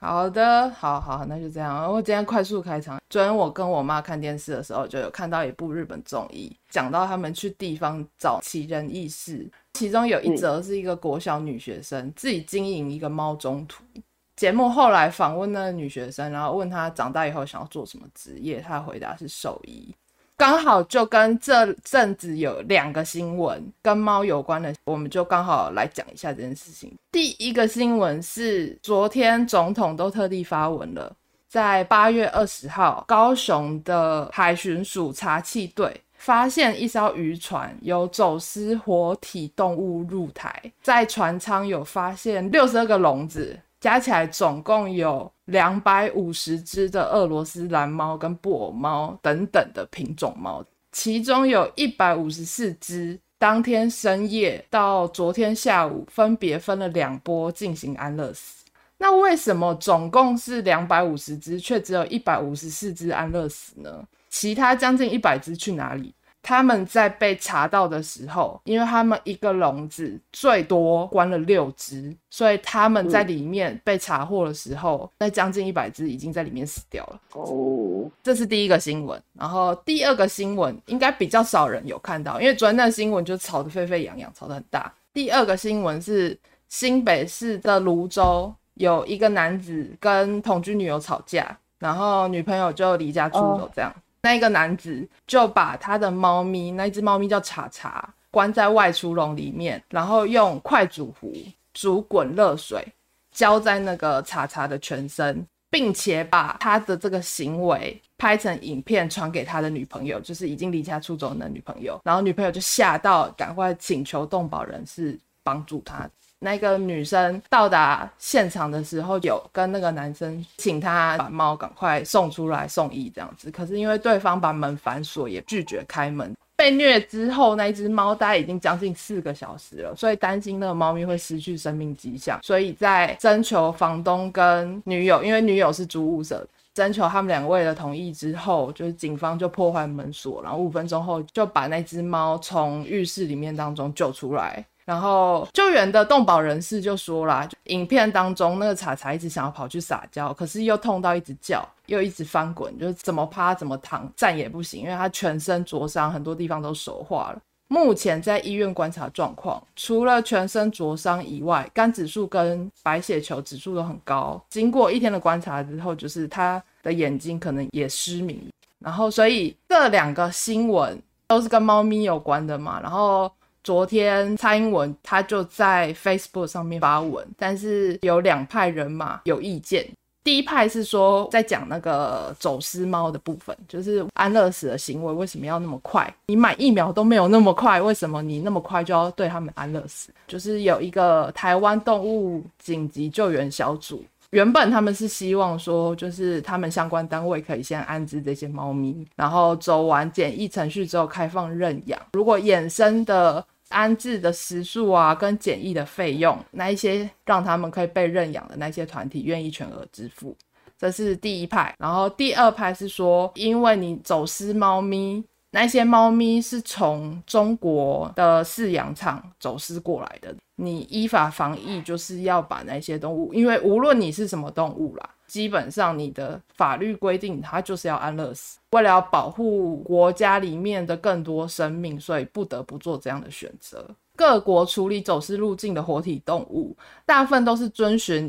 好的，好，那就这样。我今天快速开场。昨天我跟我妈看电视的时候，就有看到一部日本综艺，讲到他们去地方找奇人异事，其中有一则是一个国小女学生自己经营一个猫中途。节目后来访问那个女学生，然后问她长大以后想要做什么职业，她的回答是兽医。刚好就跟这阵子有2个新闻跟猫有关的，我们就刚好来讲一下这件事情。第一个新闻是昨天总统都特地发文了，在8月20号高雄的海巡署查缉队发现一艘渔船有走私活体动物入台，在船舱有发现62个笼子，加起来总共有250只的俄罗斯蓝猫跟布偶猫等等的品种猫，其中有154只当天深夜到昨天下午分别分了2波进行安乐死。那为什么总共是250只却只有154只安乐死呢？其他将近100只去哪里？他们在被查到的时候，因为他们一个笼子最多关了6只，所以他们在里面被查获的时候，那将近100只已经在里面死掉了。这是第一个新闻。然后第二个新闻应该比较少人有看到，因为昨天那个新闻就吵得沸沸扬扬，吵得很大。第二个新闻是新北市的蘆洲有一个男子跟同居女友吵架，然后女朋友就离家出走这样。那个男子就把他的猫咪，那一只猫咪叫茶茶，关在外出笼里面，然后用快煮壶煮滚热水浇在那个茶茶的全身，并且把他的这个行为拍成影片传给他的女朋友，就是已经离家出走的女朋友。然后女朋友就吓到，赶快请求动保人士帮助他。那个女生到达现场的时候，有跟那个男生请他把猫赶快送出来送医这样子，可是因为对方把门反锁，也拒绝开门。被虐之后，那一只猫大概已经将近4个小时了，所以担心那个猫咪会失去生命迹象，所以在征求房东跟女友，因为女友是租屋者，征求他们2位的同意之后，就是警方就破坏门锁，然后5分钟后就把那只猫从浴室里面当中救出来。然后救援的动保人士就说啦，影片当中那个茶茶一直想要跑去撒娇，可是又痛到一直叫，又一直翻滚，就是怎么趴怎么躺，站也不行，因为他全身灼伤，很多地方都手化了。目前在医院观察状况，除了全身灼伤以外，肝指数跟白血球指数都很高。经过1天的观察之后，就是他的眼睛可能也失明。然后所以这2个新闻都是跟猫咪有关的嘛，然后昨天蔡英文他就在 Facebook 上面发文，但是有2派人马有意见。第一派是说在讲那个走私猫的部分，就是安乐死的行为为什么要那么快，你买疫苗都没有那么快，为什么你那么快就要对他们安乐死。就是有一个台湾动物紧急救援小组，原本他们是希望说就是他们相关单位可以先安置这些猫咪，然后走完检疫程序之后开放认养，如果衍生的安置的时数啊跟检疫的费用，那一些让他们可以被认养的那些团体愿意全额支付，这是第一派。然后第二派是说，因为你走私猫咪，那些猫咪是从中国的饲养场走私过来的，你依法防疫就是要把那些动物，因为无论你是什么动物啦，基本上你的法律规定它就是要安乐死，为了要保护国家里面的更多生命，所以不得不做这样的选择。各国处理走私入境的活体动物大部分都是遵循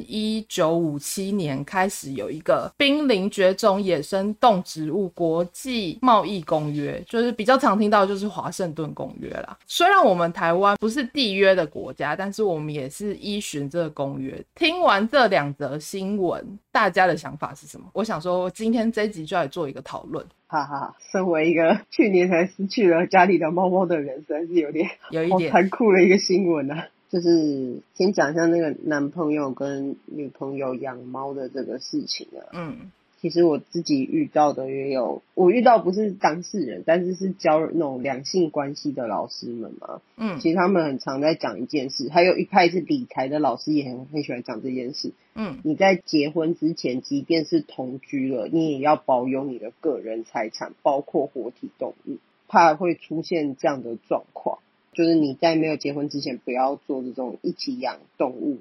1957年开始有一个濒临绝种野生动植物国际贸易公约，就是比较常听到就是华盛顿公约啦。虽然我们台湾不是缔约的国家，但是我们也是依循这个公约。听完这2则新闻，大家的想法是什么？我想说今天这一集就来做一个讨论。 哈哈，身为一个去年才失去了家里的猫猫的人，实在是有一点好残酷的一个新闻啊。就是先讲一下那个男朋友跟女朋友养猫的这个事情啊。其实我自己遇到的也有，我遇到不是当事人，但是是教那种两性关系的老师们嘛。其实他们很常在讲一件事，还有一派是理财的老师也很喜欢讲这件事。你在结婚之前，即便是同居了，你也要保有你的个人财产，包括活体动物，怕会出现这样的状况。就是你在没有结婚之前，不要做这种一起养动物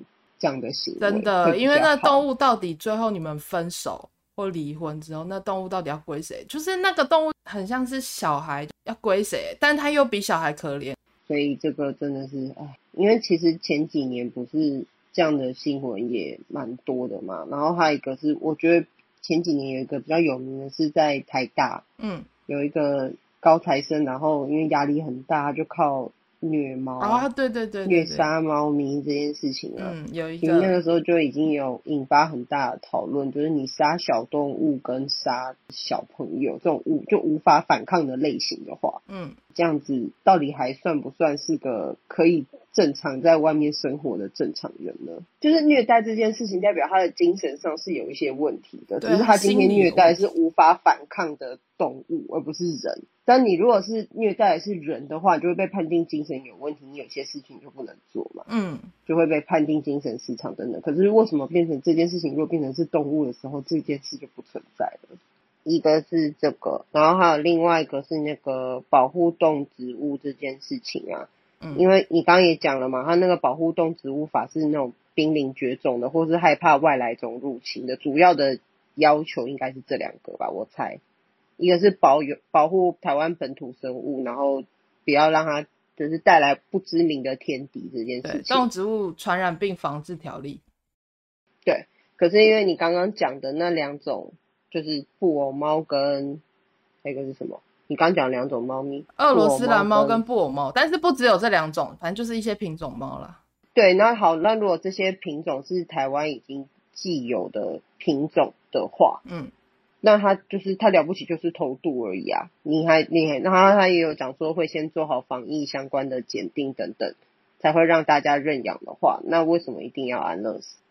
这样的行为， 真的，因为那动物到底最后你们分手或离婚之后，那动物到底要归谁？就是那个动物很像是小孩，要归谁？但他又比小孩可怜， 所以这个真的是因为其实前几年不是这样的新闻也蛮多的嘛，然后还有一个是我觉得前几年有一个比较有名的是在台大，有一个高材生，然后因为压力很大，他就靠虐猫啊，对， 虐杀猫咪这件事情啊， 有一个，因为那个时候就已经有引发很大的讨论，就是你杀小动物跟杀小朋友这种就无法反抗的类型的话，这样子到底还算不算是个可以正常在外面生活的正常人呢？就是虐待这件事情代表他的精神上是有一些问题的，只是他今天虐待是无法反抗的动物而不是人。但你如果是虐待的是人的话，就会被判定精神有问题，你有些事情就不能做嘛，就会被判定精神失常等等。可是为什么变成这件事情如果变成是动物的时候，这件事就不存在了？一个是这个，然后还有另外一个是那个保护动植物这件事情啊，因为你刚刚也讲了嘛，他那个保护动植物法是那种濒临绝种的或是害怕外来种入侵的，主要的要求应该是这两个吧，我猜。一个是保护台湾本土生物，然后不要让它就是带来不知名的天敌这件事情。 动植物传染病防治条例。 对，可是因为你刚刚讲的那两种，就是布偶猫跟还有一个是什么？你刚讲两种猫咪， 俄罗斯蓝猫跟布偶猫，但是不只有这两种，反正就是一些品种猫啦。 对，那好，那如果这些品种是台湾已经既有的品种的话，那他了不起就是偷渡而已啊！然后他也有讲说会先做好防疫相关的检定等等，才会让大家认养的话，那为什么一定要安乐死？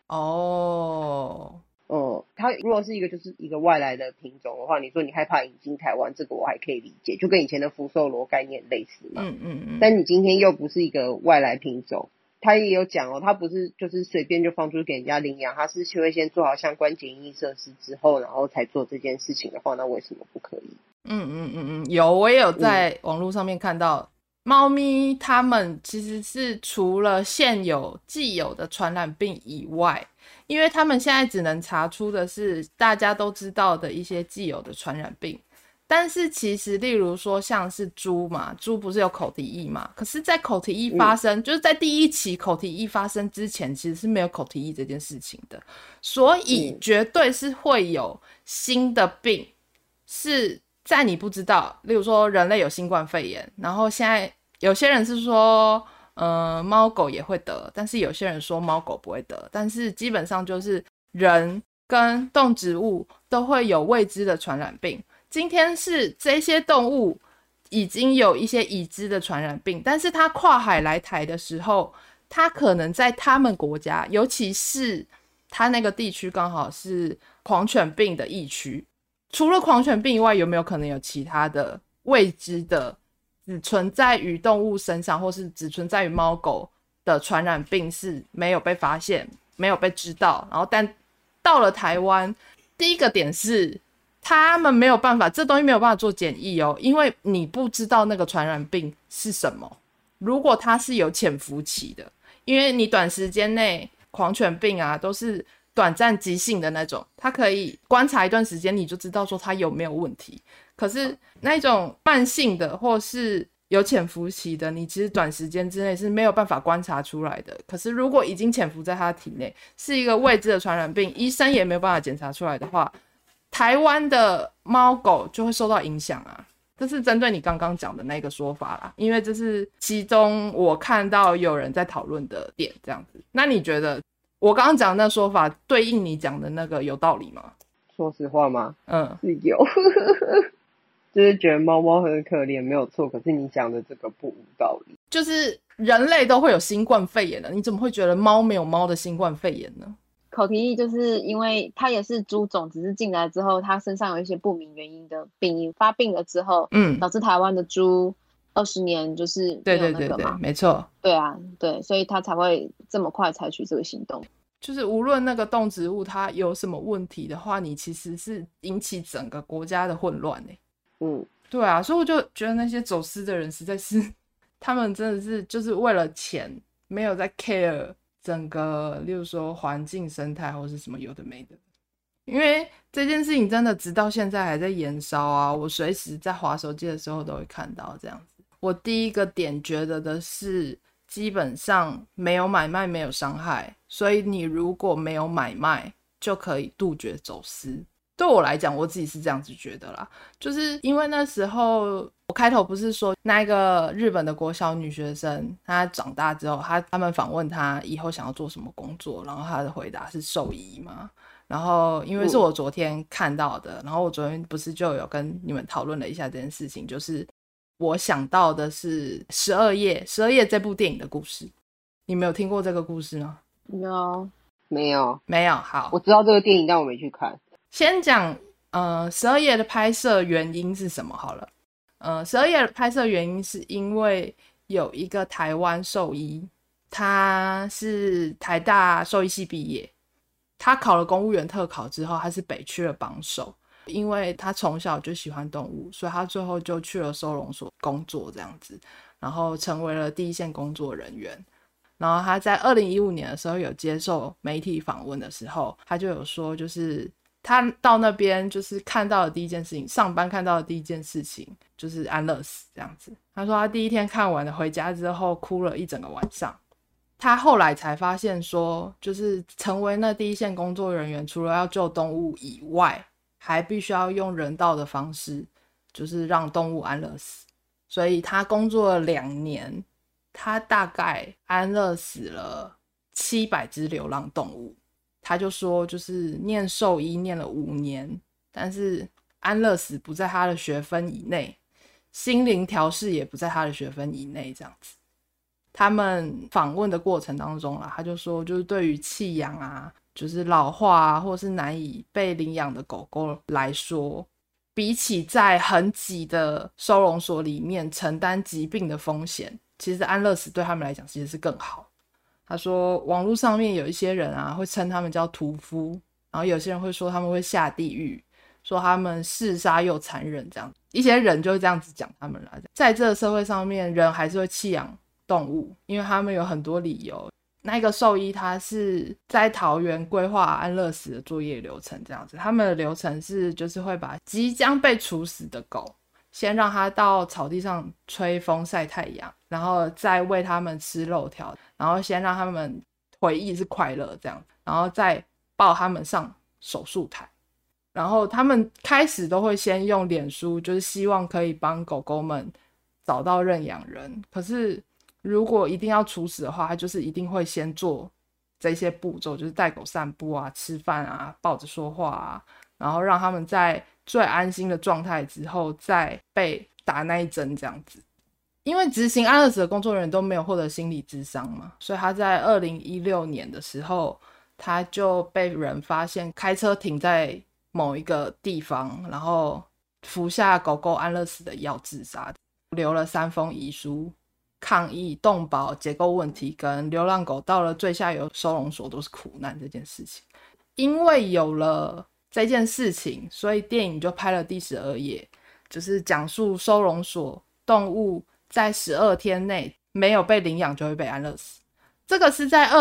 它如果是就是一个外来的品种的话，你说你害怕引进台湾，这个我还可以理解，就跟以前的福寿螺概念类似嘛。但你今天又不是一个外来品种。他也有讲他不是就是随便就放出给人家领养，他是会先做好相关检疫设施之后，然后才做这件事情的话，那为什么不可以？ 有，我也有在网络上面看到，猫咪它们其实是除了既有的传染病以外，因为他们现在只能查出的是大家都知道的一些既有的传染病。但是其实例如说像是猪嘛，猪不是有口蹄疫嘛，可是在口蹄疫发生，就是在第一期口蹄疫发生之前，其实是没有口蹄疫这件事情的，所以绝对是会有新的病是在你不知道，例如说人类有新冠肺炎，然后现在有些人是说猫狗也会得，但是有些人说猫狗不会得，但是基本上就是人跟动植物都会有未知的传染病。今天是这些动物已经有一些已知的传染病，但是它跨海来台的时候，它可能在他们国家，尤其是它那个地区刚好是狂犬病的疫区，除了狂犬病以外，有没有可能有其他的未知的只存在于动物身上或是只存在于猫狗的传染病是没有被发现没有被知道，然后但到了台湾，第一个点是他们没有办法，这东西没有办法做检疫因为你不知道那个传染病是什么。如果它是有潜伏期的，因为你短时间内狂犬病啊都是短暂急性的那种，它可以观察一段时间你就知道说它有没有问题。可是那种慢性的或是有潜伏期的，你其实短时间之内是没有办法观察出来的。可是如果已经潜伏在它的体内，是一个未知的传染病，医生也没有办法检查出来的话，台湾的猫狗就会受到影响啊。这是针对你刚刚讲的那个说法啦，因为这是其中我看到有人在讨论的点这样子。那你觉得我刚刚讲的那说法对应你讲的那个有道理吗？ 说实话吗？是有就是觉得猫猫很可怜没有错，可是你讲的这个不无道理。 就是人类都会有新冠肺炎的，你怎么会觉得猫没有猫的新冠肺炎呢？ 口蹄疫就是因为它也是猪种，只是进来之后它身上有一些不明原因的病发病了之后，导致台湾的猪20年就是没有那个嘛。对， 没错。 对啊，对，所以它才会这么快采取这个行动。 就是无论那个动植物它有什么问题的话，你其实是引起整个国家的混乱对啊，所以我就觉得那些走私的人实在是他们真的是就是为了钱，没有在 care 整个例如说环境生态或是什么有的没的。因为这件事情真的直到现在还在延烧啊，我随时在滑手机的时候都会看到这样子。我第一个点觉得的是基本上没有买卖没有伤害，所以你如果没有买卖就可以杜绝走私。对我来讲我自己是这样子觉得啦，就是因为那时候我开头不是说那个日本的国小女学生她长大之后他们访问她以后想要做什么工作，然后她的回答是兽医嘛，然后因为是我昨天看到的，然后我昨天不是就有跟你们讨论了一下这件事情，就是我想到的是12夜这部电影的故事。你没有听过这个故事吗？ 没有。 好， 我知道这个电影但我没去看。 先讲12夜的拍摄原因是什么好了。12夜的拍摄原因是因为有一个台湾兽医，他是台大兽医系毕业，他考了公务员特考之后他是北区的榜首，因为他从小就喜欢动物，所以他最后就去了收容所工作这样子，然后成为了第一线工作人员。然后他在2015年的时候有接受媒体访问的时候，他就有说就是他到那边就是看到的第一件事情，上班看到的第一件事情就是安乐死这样子。他说他第一天看完了回家之后哭了一整个晚上。他后来才发现说就是成为那第一线工作人员除了要救动物以外，还必须要用人道的方式就是让动物安乐死。所以他工作了2年，他大概安乐死了700只流浪动物。他就说就是念兽医念了5年，但是安乐死不在他的学分以内，心灵调适也不在他的学分以内这样子。他们访问的过程当中啦，他就说就是对于弃养啊，就是老化啊，或是难以被领养的狗狗来说，比起在很挤的收容所里面承担疾病的风险，其实安乐死对他们来讲其实是更好。他说网络上面有一些人啊会称他们叫屠夫，然后有些人会说他们会下地狱，说他们嗜杀又残忍这样，一些人就会这样子讲他们啦。在这个社会上面，人还是会弃养动物，因为他们有很多理由。那个兽医他是在桃园规划安乐死的作业流程这样子，他们的流程是就是会把即将被处死的狗先让它到草地上吹风晒太阳，然后再喂他们吃肉条，然后先让他们回忆是快乐这样，然后再抱他们上手术台。然后他们开始都会先用脸书，就是希望可以帮狗狗们找到认养人，可是如果一定要处死的话，他就是一定会先做这些步骤，就是带狗散步啊、吃饭啊、抱着说话啊，然后让他们在最安心的状态之后再被打那一针这样子。因为执行安乐死的工作人员都没有获得心理咨商嘛，所以他在2016年的时候他就被人发现开车停在某一个地方，然后服下狗狗安乐死的药自杀，留了3封遗书抗议动保结构问题跟流浪狗到了最下游收容所都是苦难这件事情。因为有了这件事情，所以电影就拍了第12夜，就是讲述收容所动物在12天内没有被领养就会被安乐死。这个是在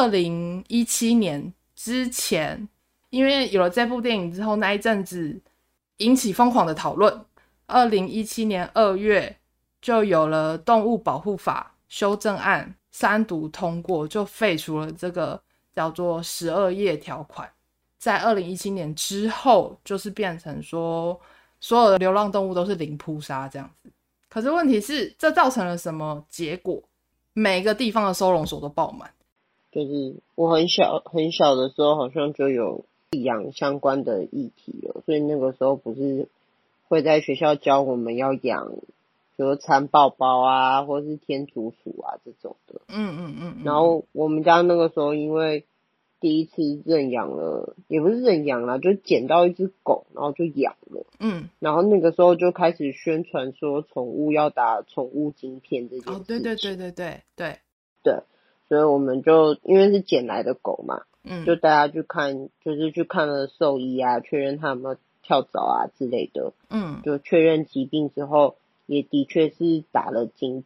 2017年之前，因为有了这部电影之后，那一阵子引起疯狂的讨论。2017年2月就有了动物保护法修正案3读通过，就废除了这个叫做12夜条款。在2017年之后就是变成说所有的流浪动物都是零扑杀这样子。可是问题是这造成了什么结果？每个地方的收容所都爆满。 就是我很小的时候好像就有养相关的议题了，所以那个时候不是会在学校教我们要养比如蚕宝宝啊或是天竺鼠啊这种的。然后我们家那个时候因为第一次认养了，也不是认养啦，就捡到一只狗然后就养了。然后那个时候就开始宣传说宠物要打宠物晶片这件事情。对，所以我们就因为是捡来的狗嘛，就大家去看，就是去看了兽医啊，确认他有没有跳蚤啊之类的。就确认疾病之后也的确是打了晶片。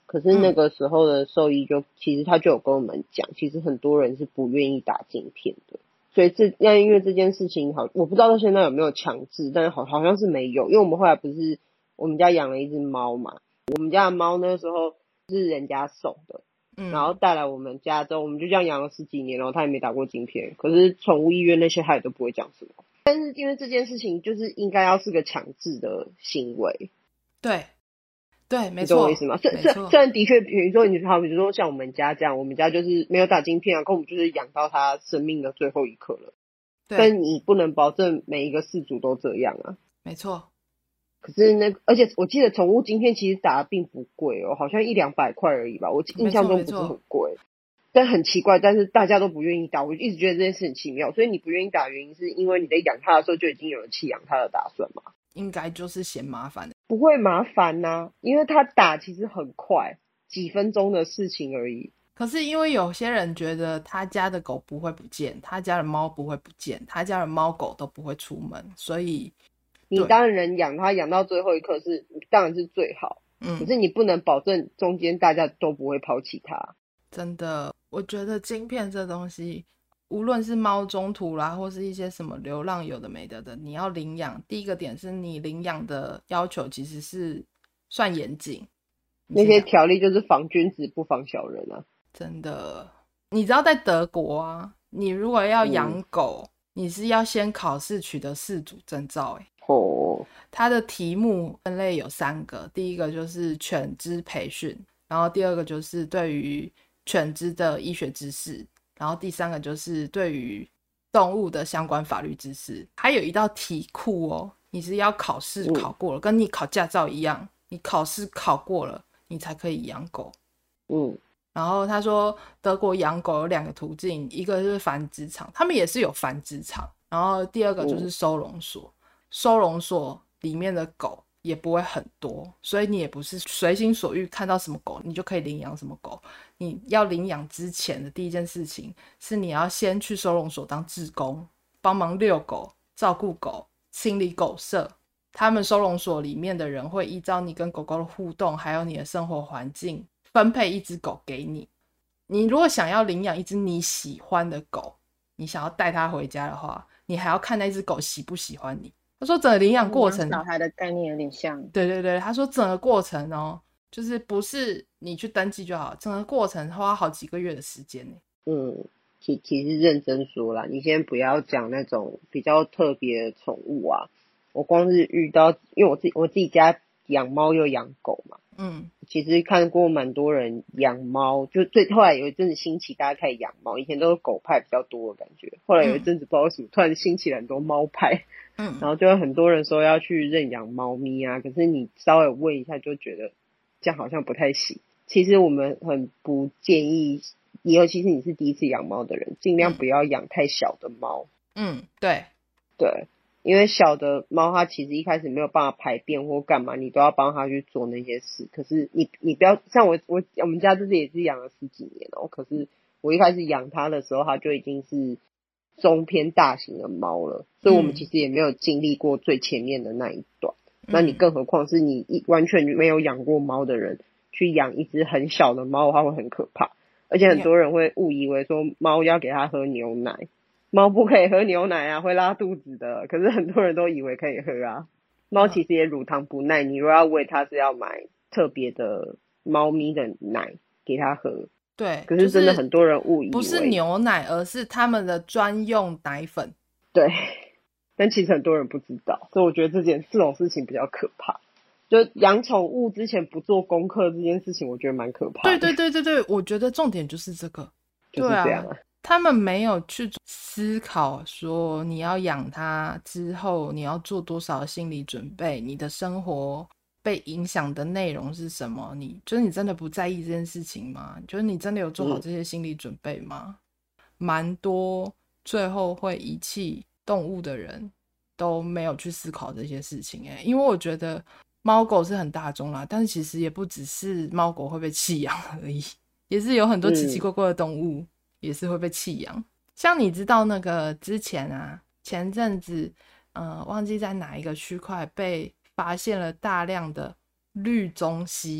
可是那个时候的兽医其实他就有跟我们讲，其实很多人是不愿意打晶片的。所以因为这件事情我不知道到现在有没有强制，但是好像是没有。因为我们后来不是我们家养了一只猫嘛，我们家的猫那时候是人家送的，然后带来我们家之后，我们就这样养了10几年，然后它也没打过晶片。可是宠物医院那些它也都不会讲什么。但是因为这件事情就是应该要是个强制的行为。 对对，没错， 你懂我意思吗？虽然的确，比如说像我们家这样，我们家就是没有打晶片啊，可我们就是养到它生命的最后一刻了。但你不能保证每一个饲主都这样啊。 没错。 可是而且我记得宠物晶片其实打的并不贵哦，好像100-200块而已吧，我印象中不是很贵。但很奇怪，但是大家都不愿意打，我一直觉得这件事很奇妙。所以你不愿意打的原因是因为你在养它的时候就已经有人弃养它的打算吗？ 应该就是嫌麻烦的。 不会麻烦啊，因为它打其实很快，几分钟的事情而已。 可是因为有些人觉得他家的狗不会不见，他家的猫不会不见，他家的猫狗都不会出门，所以你当然养它养到最后一刻当然是最好。可是你不能保证中间大家都不会抛弃它。 真的，我觉得晶片这东西无论是猫中途啦，或是一些什么流浪有的没的，你要领养，第一个点是你领养的要求其实是算严谨， 那些条例就是防君子不防小人啊。 真的，你知道在德国啊，你如果要养狗，你是要先考试取得饲主证照。它的题目分类有3个，第一个就是犬只培训，然后第二个就是对于犬只的医学知识，然后第3个就是对于动物的相关法律知识。还有一道题库哦，你是要考试考过了，跟你考驾照一样，你考试考过了你才可以养狗。然后他说德国养狗有2个途径，一个就是繁殖场，他们也是有繁殖场，然后第二个就是收容所。收容所里面的狗也不会很多，所以你也不是随心所欲看到什么狗你就可以领养什么狗。你要领养之前的第一件事情是你要先去收容所当志工，帮忙遛狗、照顾狗、清理狗舍。他们收容所里面的人会依照你跟狗狗的互动还有你的生活环境分配一只狗给你。你如果想要领养一只你喜欢的狗，你想要带它回家的话，你还要看那只狗喜不喜欢你。他说整个领养过程小孩的概念有点像。 对对对，他说整个过程哦，就是不是你去登记就好，整个过程花好几个月的时间。 其实认真说啦，你先不要讲那种比较特别的宠物啊，我光是遇到，因为我自己家养猫又养狗嘛，其实看过蛮多人养猫，就后来有一阵子兴起大家开始养猫，以前都是狗派比较多的感觉，后来有一阵子不知道为什么突然兴起了很多猫派，然后就有很多人说要去认养猫咪啊，可是你稍微问一下就觉得这样好像不太行。其实我们很不建议，尤其是你是第一次养猫的人，尽量不要养太小的猫。 对， 因为小的猫它其实一开始没有办法排便或干嘛，你都要帮它去做那些事。可是你不要像我们家这只也是养了10几年哦，可是我一开始养它的时候它就已经是中偏大型的猫了，所以我们其实也没有经历过最前面的那一段。那你更何况是你完全没有养过猫的人去养一只很小的猫的话会很可怕，而且很多人会误以为说猫要给它喝牛奶，猫不可以喝牛奶啊，会拉肚子的。可是很多人都以为可以喝啊。猫其实也乳糖不耐，你如果要喂它是要买特别的猫咪的奶给它喝。 对， 可是真的很多人误以为、 不是牛奶，而是他们的专用奶粉。 对，但其实很多人不知道，所以我觉得这种事情比较可怕。就养宠物之前不做功课这件事情，我觉得蛮可怕的。 对，我觉得重点就是这个， 就是这样啊。 他们没有去思考说你要养它之后你要做多少心理准备，你的生活被影响的内容是什么，你真的不在意这件事情吗？就是你真的有做好这些心理准备吗？蛮多最后会遗弃动物的人都没有去思考这些事情因为我觉得猫狗是很大众啦，但是其实也不只是猫狗会被弃养而已，也是有很多奇奇怪怪的动物也是会被弃养。像你知道那个之前啊，前阵子忘记在哪一个区块被发现了大量的绿中蜥。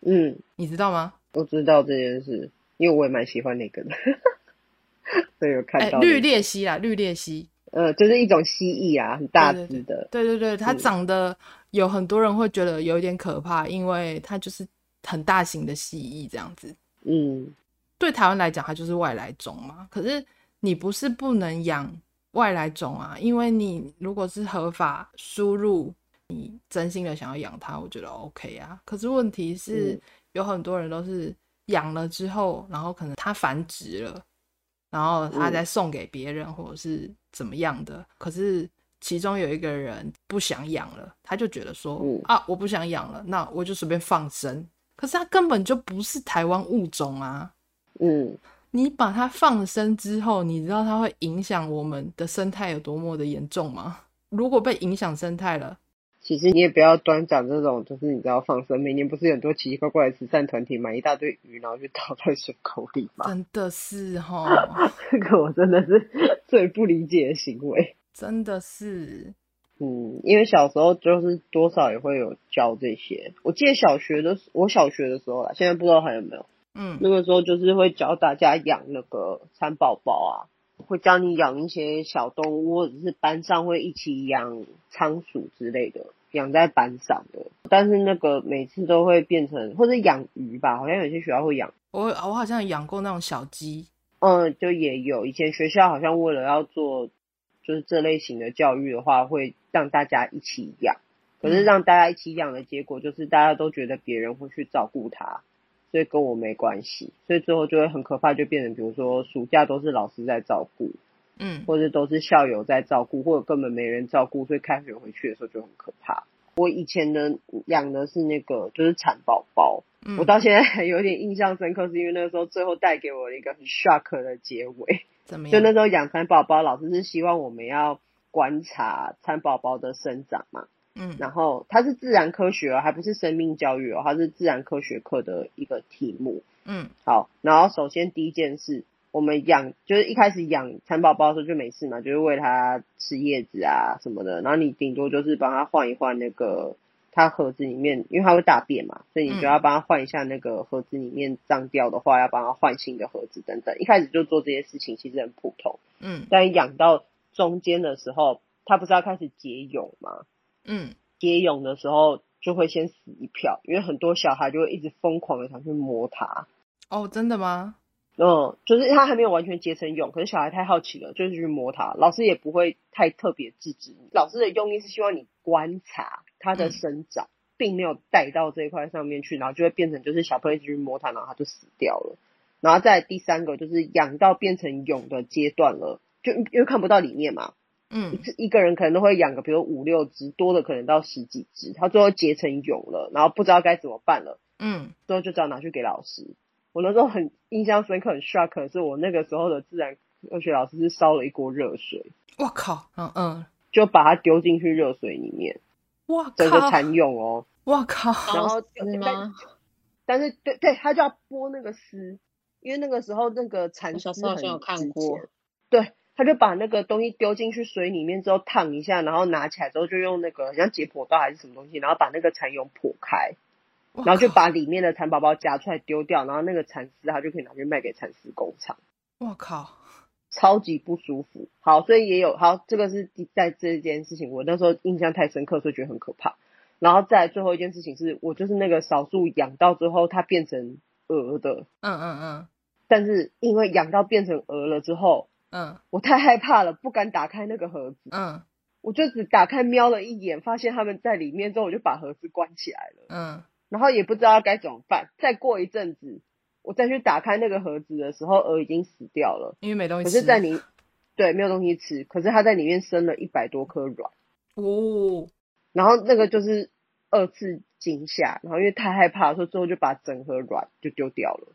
你知道吗？ 我知道这件事，因为我也蛮喜欢那个的。所以有看到绿鬣蜥啊，绿鬣蜥， 就是一种蜥蜴啊，很大只的。 对对对，它长得有很多人会觉得有点可怕，因为它就是很大型的蜥蜴这样子。对台湾来讲，它就是外来种嘛。可是你不是不能养外来种啊，因为你如果是合法输入，你真心的想要养它，我觉得 OK 啊。可是问题是，有很多人都是养了之后，然后可能它繁殖了，然后他再送给别人或者是怎么样的，可是其中有一个人不想养了，他就觉得说，我不想养了，那我就随便放生。可是他根本就不是台湾物种啊。你把它放生之后，你知道它会影响我们的生态有多么的严重吗？如果被影响生态了， 其实你也不要端讲这种，就是你知道放生，每年不是很多奇奇怪怪的慈善团体买一大堆鱼，然后去倒在水沟里吗？ 真的是齁， 这个我真的是最不理解的行为。 真的是， 因为小时候就是多少也会有教这些。我记得我小学的时候啦，现在不知道还有没有。那个时候就是会教大家养那个蚕宝宝啊，会教你养一些小动物，或者是班上会一起养仓鼠之类的，养在班上的。但是那个每次都会变成，或者养鱼吧，好像有些学校会养。 我好像养过那种小鸡。 就也有，以前学校好像为了要做就是这类型的教育的话，会让大家一起养。可是让大家一起养的结果就是大家都觉得别人会去照顾它，所以跟我没关系，所以最后就会很可怕，就变成比如说暑假都是老师在照顾，或者都是校友在照顾，或者根本没人照顾，所以开学回去的时候就很可怕。我以前的养的是那个就是蚕宝宝，我到现在还有点印象深刻，是因为那个时候最后带给我一个很 shock 的结尾。 怎么样？ 就那时候养蚕宝宝，老师是希望我们要观察蚕宝宝的生长嘛。然后它是自然科学还不是生命教育它是自然科学课的一个题目。好，然后首先第一件事，我们就是一开始养蚕宝宝的时候就没事嘛，就是喂它吃叶子啊什么的，然后你顶多就是帮它换一换那个它盒子里面，因为它会大便嘛，所以你就要帮它换一下那个盒子里面脏掉的话，要帮它换新的盒子等等。一开始就做这些事情其实很普通。但养到中间的时候，它不是要开始结蛹吗？结蛹的时候就会先死一票，因为很多小孩就会一直疯狂的想去摸它。 真的吗？ 就是它还没有完全结成蛹，可是小孩太好奇了，就是去摸它，老师也不会太特别制止你。老师的用意是希望你观察它的生长，并没有带到这一块上面去，然后就会变成就是小朋友一直去摸它，然后它就死掉了。然后再来第三个就是养到变成蛹的阶段了，就因为看不到里面嘛。一个人可能都会养个比如5、6只，多的可能到10几只，他最后结成蛹了，然后不知道该怎么办了，最后就只好拿去给老师。我那时候很印象深刻，很 shock 的是我那个时候的自然科学老师是烧了一锅热水， 我靠， 就把它丢进去热水里面， 哇靠， 整个蚕蛹哦， 哇靠， 然后但是对，他就要剥那个丝，因为那个时候那个蚕丝好像有看过， 对。他就把那个东西丢进去水里面之后烫一下，然后拿起来之后就用那个像解剖刀还是什么东西，然后把那个蚕蛹剖开，然后就把里面的蚕宝宝夹出来丢掉，然后那个蚕丝他就可以拿去卖给蚕丝工厂。 我靠， 超级不舒服。好，所以这个是在这件事情我那时候印象太深刻，所以觉得很可怕。然后再来最后一件事情是我就是那个少数养到之后它变成蛾的，但是因为养到变成蛾了之后，我太害怕了，不敢打开那个盒子。我就只打开瞄了一眼，发现他们在里面之后，我就把盒子关起来了。然后也不知道该怎么办。再过一阵子，我再去打开那个盒子的时候，蛾已经死掉了， 因为没东西吃。 可是对，没有东西吃，可是它在里面生了100多颗卵。然后那个就是2次惊吓，然后因为太害怕，所以最后就把整盒卵就丢掉了。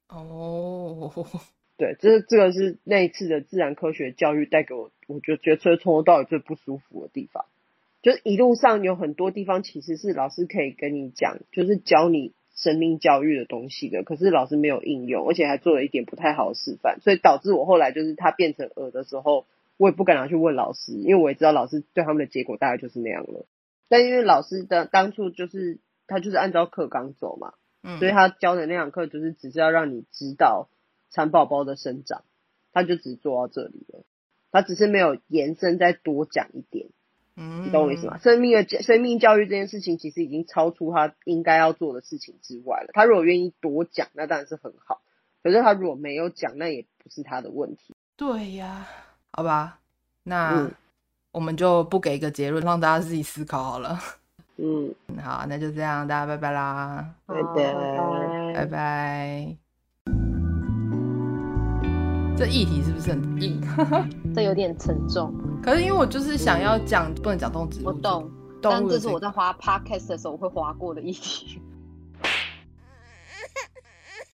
对，这个是那一次的自然科学教育带给我就觉得从头到尾最不舒服的地方。就是一路上有很多地方其实是老师可以跟你讲，就是教你生命教育的东西的，可是老师没有应用，而且还做了一点不太好的示范，所以导致我后来就是他变成蛾的时候，我也不敢拿去问老师，因为我也知道老师对他们的结果大概就是那样了。但因为老师的当初就是他就是按照课纲走嘛， 所以他教的那堂课就是只是要让你知道蚕宝宝的生长，他就只做到这里了，他只是没有延伸再多讲一点。你懂我意思吗？生命教育这件事情其实已经超出他应该要做的事情之外了。他如果愿意多讲，那当然是很好。可是他如果没有讲，那也不是他的问题。 对呀，好吧，那我们就不给一个结论，让大家自己思考好了。好，那就这样，大家拜拜啦， 拜拜， 拜拜。这议题是不是很硬？ 这有点沉重。 可是因为我就是想要讲，不能讲动植物。 我懂，但这是我在滑 podcast 的时候我会滑过的议题。